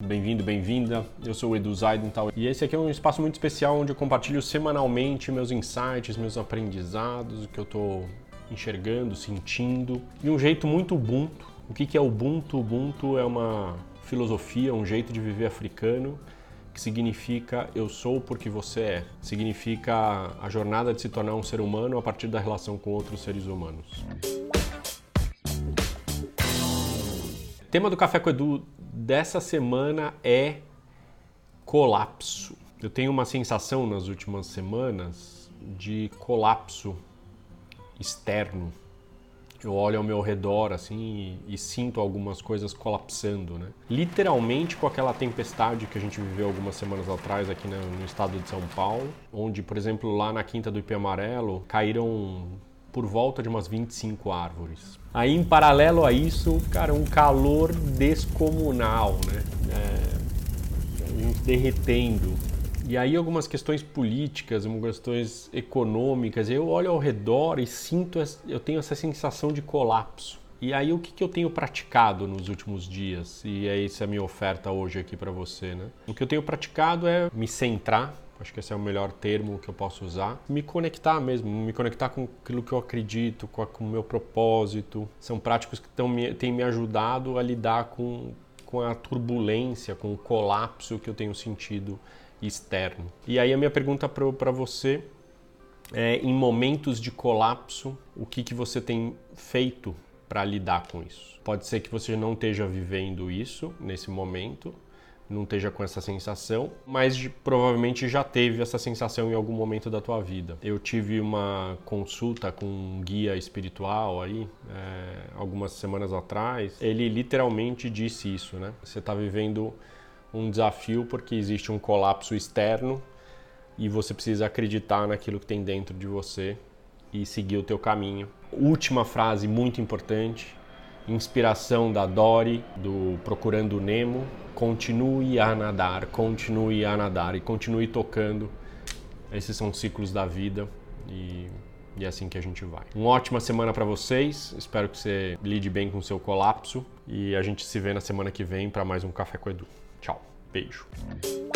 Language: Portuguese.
Bem-vindo, bem-vinda. Eu sou o Edu Zaidental e esse aqui é um espaço muito especial onde eu compartilho semanalmente meus insights, meus aprendizados, o que eu estou enxergando, sentindo, de um jeito muito Ubuntu. O que é Ubuntu? Ubuntu é uma filosofia, um jeito de viver africano que significa eu sou porque você é. Significa a jornada de se tornar um ser humano a partir da relação com outros seres humanos. O tema do Café com Edu dessa semana é colapso. Eu tenho uma sensação nas últimas semanas de colapso externo. Eu olho ao meu redor assim e sinto algumas coisas colapsando, né? Literalmente com aquela tempestade que a gente viveu algumas semanas atrás aqui no estado de São Paulo, onde, por exemplo, lá na Quinta do Ipê Amarelo, caíram por volta de umas 25 árvores. Aí, em paralelo a isso, cara, um calor descomunal, né? A gente derretendo. E aí algumas questões políticas, algumas questões econômicas, eu olho ao redor e eu tenho essa sensação de colapso. E aí o que eu tenho praticado nos últimos dias? E essa é a minha oferta hoje aqui para você, né? O que eu tenho praticado é me centrar, acho que esse é o melhor termo que eu posso usar, me conectar mesmo, me conectar com aquilo que eu acredito, com o meu propósito. São práticas que têm me ajudado a lidar com a turbulência, com o colapso que eu tenho sentido externo. E aí a minha pergunta para você é, em momentos de colapso, o que você tem feito para lidar com isso? Pode ser que você não esteja vivendo isso nesse momento, não esteja com essa sensação, mas provavelmente já teve essa sensação em algum momento da tua vida. Eu tive uma consulta com um guia espiritual aí, algumas semanas atrás. Ele literalmente disse isso, né? Você está vivendo um desafio porque existe um colapso externo e você precisa acreditar naquilo que tem dentro de você e seguir o teu caminho. Última frase muito importante, inspiração da Dory, do Procurando Nemo: continue a nadar e continue tocando. Esses são os ciclos da vida e é assim que a gente vai. Uma ótima semana para vocês, espero que você lide bem com o seu colapso e a gente se vê na semana que vem para mais um Café com Edu. Tchau, beijo.